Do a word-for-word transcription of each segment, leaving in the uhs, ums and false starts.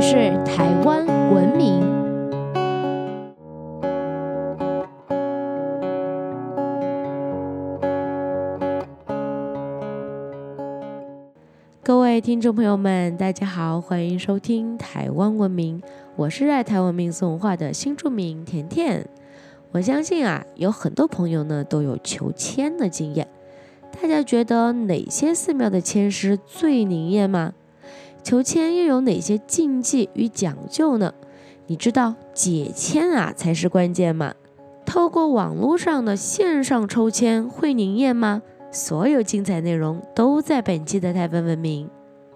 是台湾文明。各位听众朋友们，大家好，欢迎收听台湾文明，我是爱台湾民俗文化的新住民甜甜。我相信啊，有很多朋友呢都有求签的经验。大家觉得哪些寺庙的签诗最灵验吗？求签又有哪些禁忌与讲究呢？你知道解签啊才是关键吗？透过网络上的线上抽签会灵验吗？所有精彩内容都在本期的台湾文明。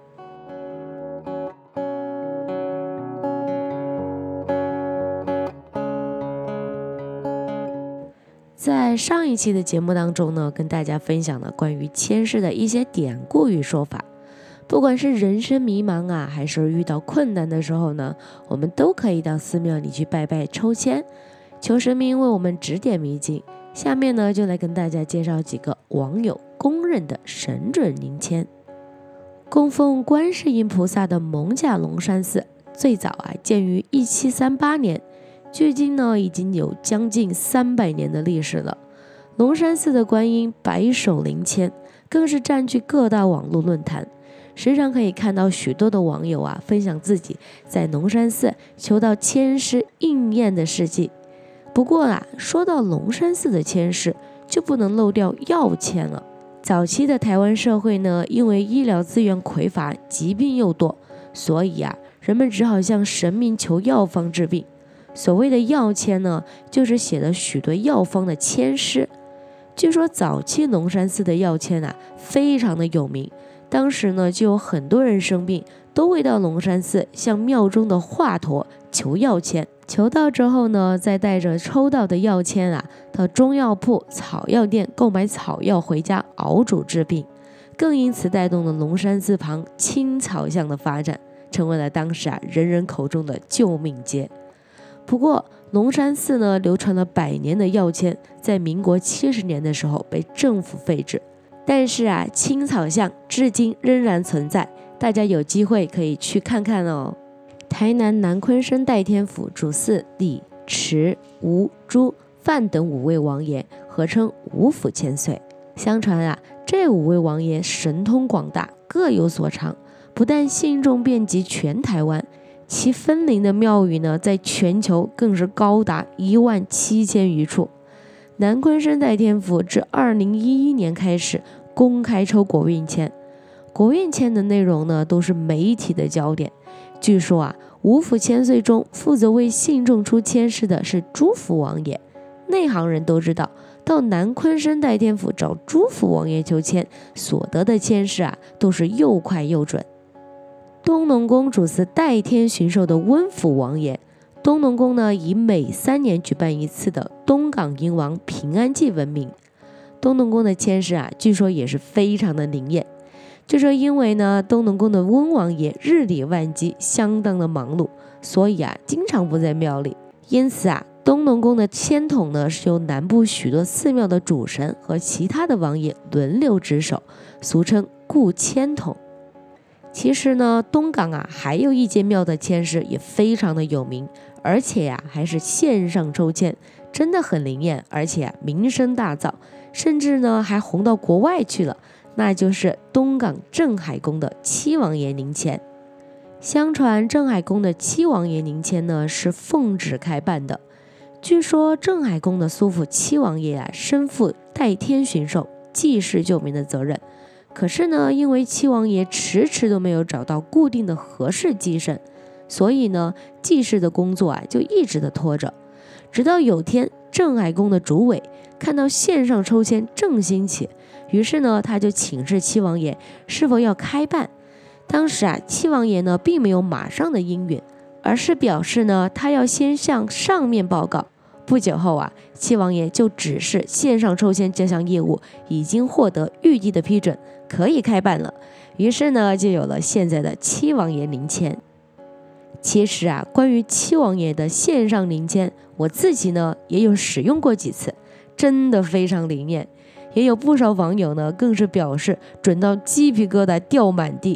在上一期的节目当中呢，跟大家分享了关于签诗的一些典故与说法。不管是人生迷茫啊，还是遇到困难的时候呢，我们都可以到寺庙里去拜拜抽签，求神明为我们指点迷津。下面呢，就来跟大家介绍几个网友公认的神准灵签。供奉观世音菩萨的艋舺龙山寺，最早啊建于一七三八年，距今呢已经有将近三百年的历史了。龙山寺的观音白手灵签，更是占据各大网络论坛。时常可以看到许多的网友啊分享自己在龙山寺求到签诗应验的事迹。不过啊，说到龙山寺的签诗，就不能漏掉药签了。早期的台湾社会呢，因为医疗资源匮乏，疾病又多，所以啊，人们只好向神明求药方治病。所谓的药签呢，就是写了许多药方的签诗。据说早期龙山寺的药签啊，非常的有名。当时呢，就有很多人生病，都会到龙山寺向庙中的华佗求药签。求到之后呢，再带着抽到的药签啊，到中药铺、草药店购买草药回家熬煮治病，更因此带动了龙山寺旁青草巷的发展，成为了当时啊人人口中的救命街。不过，龙山寺呢流传了百年的药签，在民国七十年的时候被政府废止。但是啊，青草巷至今仍然存在，大家有机会可以去看看哦。台南南鯤鯓代天府主祀李、池、吴、朱、范等五位王爷，合称五府千岁。相传啊，这五位王爷神通广大，各有所长，不但信众遍及全台湾，其分灵的庙宇呢，在全球更是高达一万七千余处。南鯤鯓代天府自二零一一年开始公开抽国运签，国运签的内容呢都是媒体的焦点。据说啊，五府千岁中负责为信众出签诗的是朱府王爷。内行人都知道，到南鯤鯓代天府找朱府王爷求签，所得的签诗啊都是又快又准。东农宫主祀代天巡狩的温府王爷。东农宫呢，以每三年举办一次的东港迎王平安祭闻名。东农宫的签诗啊，据说也是非常的灵验。据说因为呢，东农宫的温王爷日理万机，相当的忙碌，所以啊，经常不在庙里。因此啊，东农宫的签筒呢，是由南部许多寺庙的主神和其他的王爷轮流值守，俗称顾签筒。其实呢，东港啊，还有一间庙的签诗也非常的有名，而且呀、啊，还是线上抽签，真的很灵验，而且、啊、名声大噪，甚至呢还红到国外去了。那就是东港镇海宫的七王爷灵签。相传镇海宫的七王爷灵签呢是奉旨开办的。据说镇海宫的苏府七王爷啊，身负代天巡狩、济世救民的责任。可是呢，因为七王爷迟迟都没有找到固定的合适祭神，所以呢，祭祀的工作啊就一直的拖着。直到有天，镇海宫的主委看到线上抽签正兴起，于是呢，他就请示七王爷是否要开办。当时啊，七王爷呢并没有马上的应允，而是表示呢，他要先向上面报告。不久后啊，七王爷就指示线上抽签这项业务已经获得预计的批准，可以开办了。于是呢，就有了现在的七王爷灵签。其实啊，关于七王爷的线上灵签，我自己呢也有使用过几次，真的非常灵验。也有不少网友呢更是表示准到鸡皮疙瘩掉满地。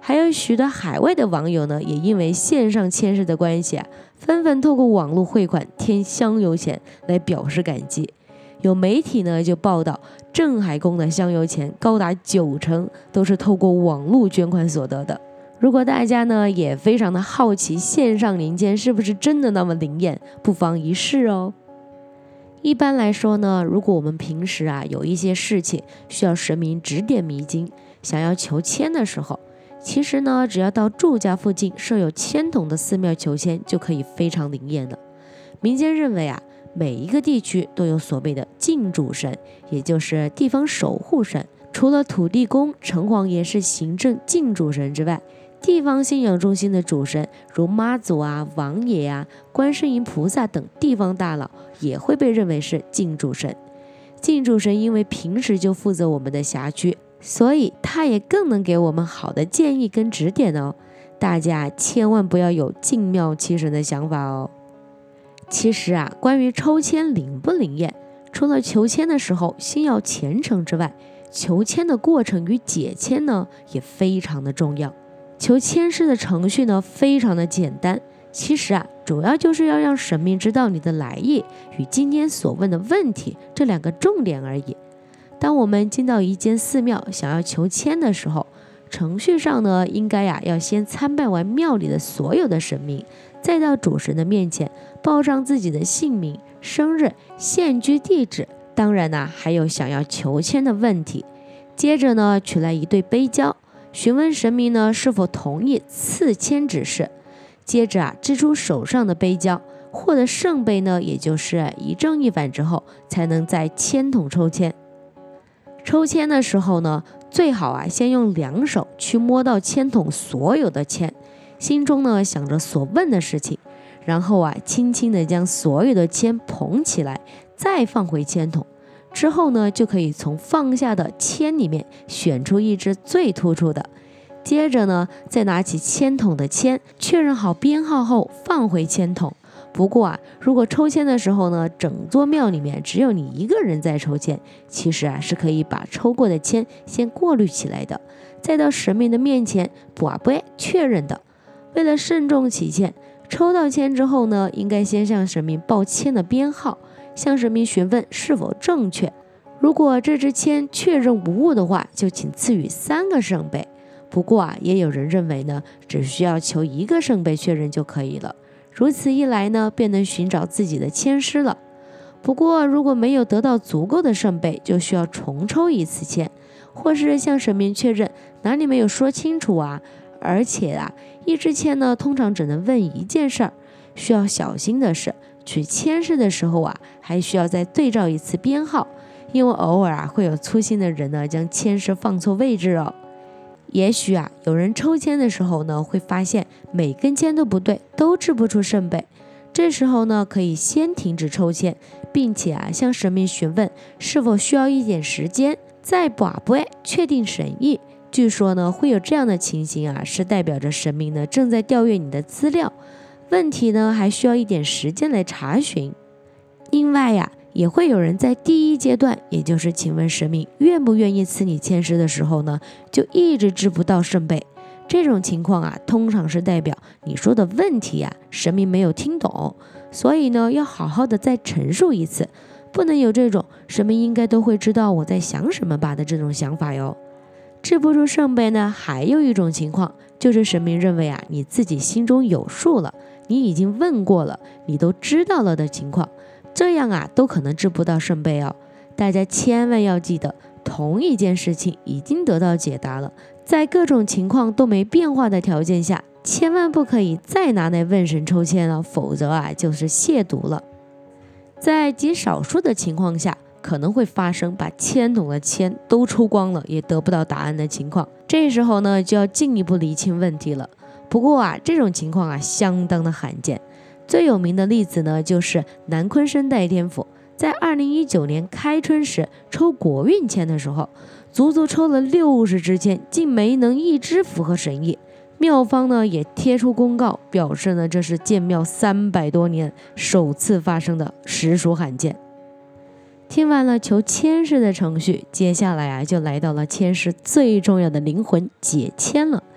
还有许多海外的网友呢，也因为线上签诗的关系啊，纷纷透过网络汇款添香油钱来表示感激。有媒体呢就报道，镇海宫的香油钱高达九成都是透过网络捐款所得的。如果大家呢也非常的好奇线上灵签是不是真的那么灵验，不妨一试哦。一般来说呢，如果我们平时啊有一些事情需要神明指点迷津，想要求签的时候，其实呢，只要到住家附近设有签筒的寺庙求签，就可以非常灵验了。民间认为啊，每一个地区都有所谓的靖主神，也就是地方守护神。除了土地公、城隍爷是行政靖主神之外，地方信仰中心的主神，如妈祖啊、王爷啊、观世音菩萨等地方大佬，也会被认为是靖主神。靖主神因为平时就负责我们的辖区，所以他也更能给我们好的建议跟指点哦。大家千万不要有敬庙欺神的想法哦。其实啊，关于抽签灵不灵验，除了求签的时候心要虔诚之外，求签的过程与解签呢也非常的重要。求签诗的程序呢非常的简单，其实啊，主要就是要让神明知道你的来意与今天所问的问题这两个重点而已。当我们进到一间寺庙想要求签的时候，程序上呢，应该呀、啊、要先参拜完庙里的所有的神明，再到主神的面前报上自己的姓名、生日、现居地址，当然呢、啊、还有想要求签的问题。接着呢，取来一对杯交，询问神明呢是否同意赐签指示。接着啊，掷出手上的杯交，获得圣杯呢，也就是一正一反之后，才能在签筒抽签。抽签的时候呢，最好啊先用两手去摸到签筒所有的签，心中呢想着所问的事情，然后啊轻轻的将所有的签捧起来，再放回签筒。之后呢，就可以从放下的签里面选出一支最突出的，接着呢再拿起签筒的签，确认好编号后放回签筒。不过啊，如果抽签的时候呢，整座庙里面只有你一个人在抽签，其实啊是可以把抽过的签先过滤起来的，再到神明的面前卜杯确认的。为了慎重起见，抽到签之后呢，应该先向神明报签的编号，向神明询问是否正确。如果这支签确认无误的话，就请赐予三个圣杯。不过啊，也有人认为呢，只需要求一个圣杯确认就可以了。如此一来呢，便能寻找自己的签诗了。不过如果没有得到足够的圣杯，就需要重抽一次签，或是向神明确认哪里没有说清楚啊。而且啊，一支签呢，通常只能问一件事儿。需要小心的是，取签诗的时候啊，还需要再对照一次编号，因为偶尔啊会有粗心的人呢，将签诗放错位置哦。也许啊，有人抽签的时候呢，会发现每根签都不对，都掷不出圣杯。这时候呢，可以先停止抽签，并且啊，向神明询问是否需要一点时间，再把杯确定神意。据说呢，会有这样的情形啊，是代表着神明呢正在调阅你的资料，问题呢还需要一点时间来查询。另外呀、啊，也会有人在第一阶段，也就是请问神明愿不愿意赐你签诗的时候呢，就一直掷不到圣杯。这种情况啊，通常是代表你说的问题啊，神明没有听懂，所以呢，要好好的再陈述一次，不能有这种神明应该都会知道我在想什么吧的这种想法哟。掷不出圣杯呢，还有一种情况，就是神明认为啊，你自己心中有数了，你已经问过了，你都知道了的情况。这样啊，都可能掷不到圣杯哦。大家千万要记得，同一件事情已经得到解答了，在各种情况都没变化的条件下，千万不可以再拿来问神抽签了，否则啊，就是亵渎了。在极少数的情况下，可能会发生把签筒的签都抽光了，也得不到答案的情况。这时候呢，就要进一步厘清问题了。不过啊，这种情况啊，相当的罕见。最有名的例子呢，就是南昆生代天府在二零一九年开春时抽国运签的时候，足足抽了六十支签，竟没能一支符合神意。庙方呢也贴出公告，表示呢这是建庙三百多年首次发生的，实属罕见。听完了求签诗的程序，接下来啊就来到了签诗最重要的灵魂解签了。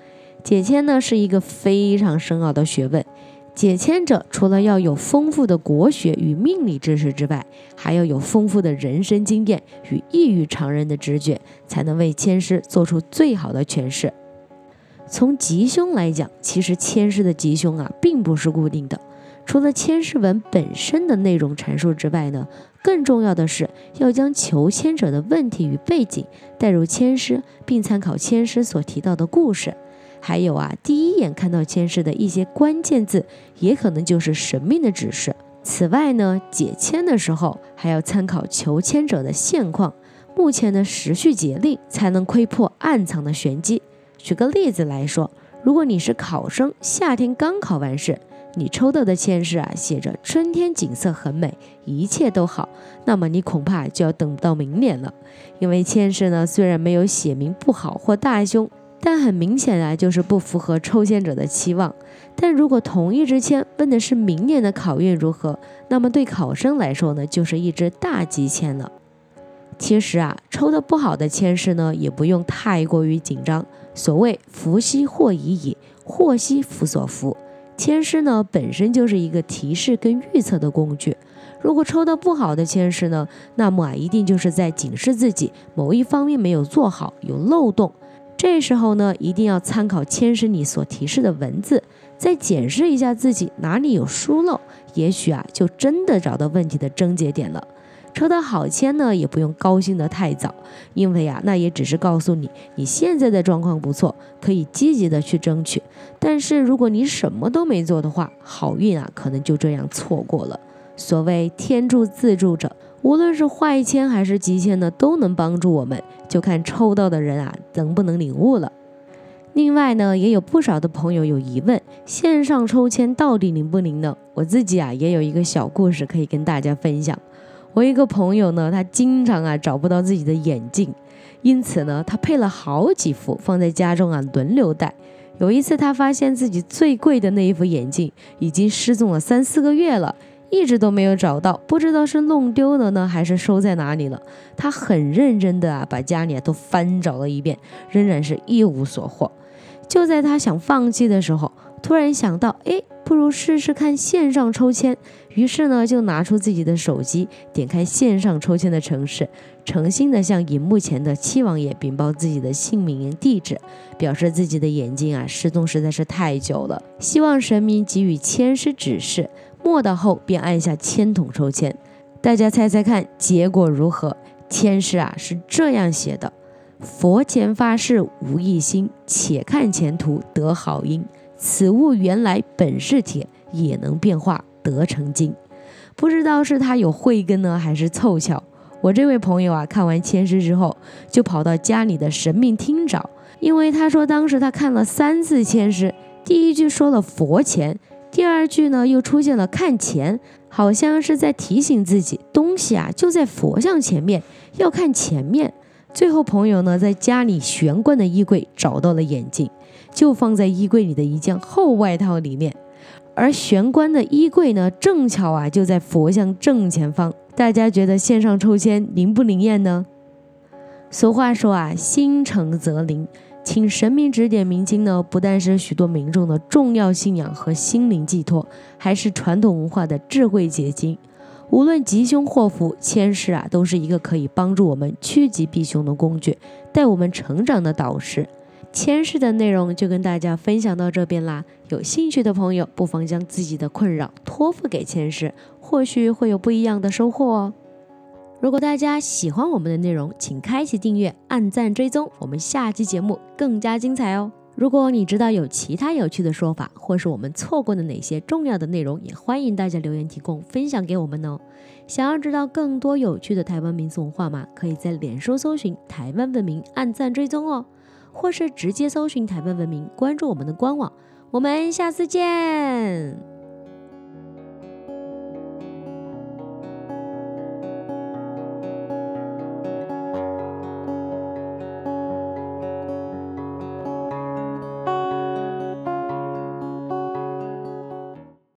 解签呢是一个非常深奥的学问，解签者除了要有丰富的国学与命理知识之外，还要有丰富的人生经验与异于常人的直觉，才能为签诗做出最好的诠释。从吉凶来讲，其实签诗的吉凶啊并不是固定的，除了签诗文本身的内容阐述之外呢，更重要的是要将求签者的问题与背景带入签诗，并参考签诗所提到的故事。还有啊，第一眼看到签诗的一些关键字，也可能就是神明的指示。此外呢，解签的时候还要参考求签者的现况，目前的时序节令，才能窥破暗藏的玄机。举个例子来说，如果你是考生，夏天刚考完试，你抽到的签诗啊写着春天景色很美，一切都好，那么你恐怕就要等不到明年了。因为签诗呢虽然没有写明不好或大凶，但很明显啊就是不符合抽签者的期望。但如果同一支签问的是明年的考运如何，那么对考生来说呢就是一支大吉签了。其实啊，抽得不好的签诗呢也不用太过于紧张，所谓福兮祸已矣，祸兮福所伏。签诗呢本身就是一个提示跟预测的工具，如果抽到不好的签诗呢，那么啊一定就是在警示自己某一方面没有做好，有漏洞。这时候呢一定要参考签诗你所提示的文字，再检视一下自己哪里有疏漏，也许啊就真的找到问题的症结点了。抽到好签呢也不用高兴得太早，因为啊那也只是告诉你你现在的状况不错，可以积极的去争取。但是如果你什么都没做的话，好运啊可能就这样错过了。所谓天助自助者，无论是坏签还是吉签呢都能帮助我们，就看抽到的人啊能不能领悟了。另外呢，也有不少的朋友有疑问，线上抽签到底灵不灵呢？我自己啊也有一个小故事可以跟大家分享。我一个朋友呢，他经常啊找不到自己的眼镜，因此呢，他配了好几副放在家中啊轮流戴。有一次他发现自己最贵的那一副眼镜已经失踪了三四个月了，一直都没有找到，不知道是弄丢了呢，还是收在哪里了。他很认真的啊把家里啊都翻找了一遍，仍然是一无所获。就在他想放弃的时候，突然想到，哎，不如试试看线上抽签。于是呢，就拿出自己的手机，点开线上抽签的程式，诚心的向荧幕前的七王爷禀报自己的姓名地址，表示自己的眼睛啊失踪实在是太久了，希望神明给予签诗指示。默祷后便按下签筒抽签。大家猜猜看结果如何？签诗啊是这样写的：佛前发誓无异心，且看前途得好因。此物原来本是铁，也能变化得成金。不知道是他有慧根呢，还是凑巧。我这位朋友啊，看完签诗之后，就跑到家里的神明厅找，因为他说当时他看了三次签诗，第一句说了佛前，第二句呢又出现了看前，好像是在提醒自己东西啊就在佛像前面，要看前面。最后朋友呢在家里玄关的衣柜找到了眼镜，就放在衣柜里的一件厚外套里面，而玄关的衣柜呢正巧啊就在佛像正前方。大家觉得线上抽签灵不灵验呢？俗话说啊，心诚则灵，请神明指点迷津呢，不但是许多民众的重要信仰和心灵寄托，还是传统文化的智慧结晶。无论吉凶祸福，签诗啊都是一个可以帮助我们趋吉避凶的工具，带我们成长的导师。签诗的内容就跟大家分享到这边啦，有兴趣的朋友不妨将自己的困扰托付给签诗，或许会有不一样的收获哦。如果大家喜欢我们的内容，请开启订阅、按赞、追踪，我们下期节目更加精彩哦。如果你知道有其他有趣的说法，或是我们错过的哪些重要的内容，也欢迎大家留言提供分享给我们哦。想要知道更多有趣的台湾民俗文化吗？可以在脸书搜寻台湾文明，按赞追踪哦，或是直接搜寻台湾文明，关注我们的官网。我们下次见。